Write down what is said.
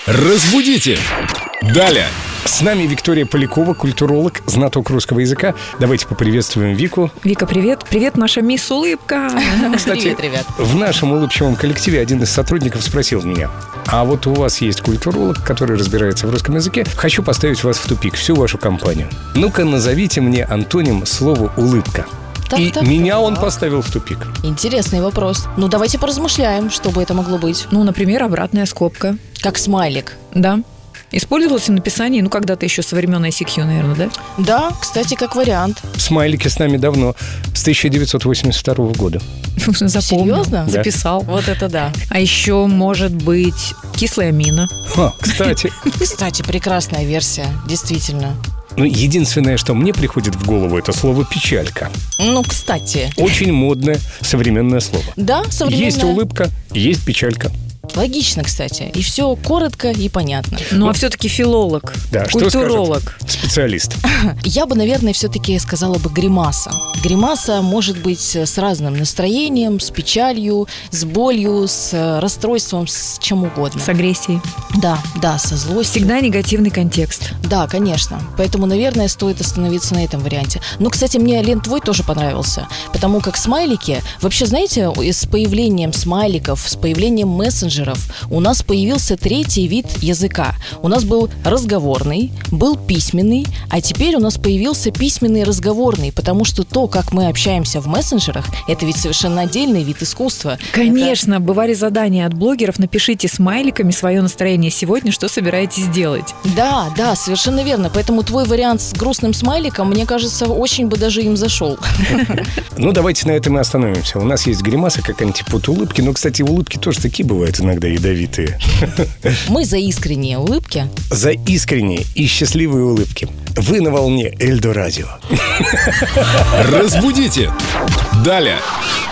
Разбудите! Далее! С нами Виктория Полякова, культуролог, знаток русского языка. Давайте поприветствуем Вику. Вика, привет. Привет, наша мисс Улыбка. Кстати, Привет, ребят. в нашем улыбчивом коллективе один из сотрудников спросил меня: а вот у вас есть культуролог, который разбирается в русском языке. Хочу поставить вас в тупик, всю вашу компанию. Ну-ка, назовите мне антоним слова «улыбка». Меня он поставил в тупик. Интересный вопрос. Ну, давайте поразмышляем, что бы это могло быть. Ну, например, обратная скобка. Как смайлик. Да. Использовалось в написании, когда-то еще со времен ICQ, наверное, да? Да, кстати, как вариант. Смайлики с нами давно, с 1982 года. Запомнил. Серьезно? Да. Записал. Вот это да. А еще, может быть, кислая мина. Кстати, Кстати, прекрасная версия, действительно. единственное, что мне приходит в голову, это слово «печалька». Ну, кстати. Очень модное современное слово. Да, современная. Есть улыбка, есть печалька. Логично, кстати. И все коротко и понятно. Ну, а все-таки филолог, Да, что культуролог. скажет специалист? Я бы, наверное, все-таки сказала бы гримаса. Гримаса может быть с разным настроением, с печалью, с болью, с расстройством, с чем угодно. С агрессией. Да, со злостью. Всегда негативный контекст. Да, конечно. Поэтому, наверное, стоит остановиться на этом варианте. Но, кстати, мне, Лен, твой тоже понравился. Потому как смайлики... Вообще, знаете, с появлением смайликов, с появлением мессенджеров у нас появился третий вид языка. У нас был разговорный, был письменный, а теперь у нас появился письменный и разговорный, потому что то, как мы общаемся в мессенджерах, это ведь совершенно отдельный вид искусства. Конечно, бывали задания от блогеров. Напишите смайликами свое настроение сегодня, что собираетесь делать. Да, совершенно верно. Поэтому твой вариант с грустным смайликом, мне кажется, очень бы даже им зашел. Ну, давайте на этом и остановимся. У нас есть гримаса, как антипод улыбки. Но, кстати, улыбки тоже такие бывают иногда ядовитые. Мы за искренние улыбки. За искренние и счастливые улыбки. Вы на волне Эльдо Радио. Разбудите! Далее!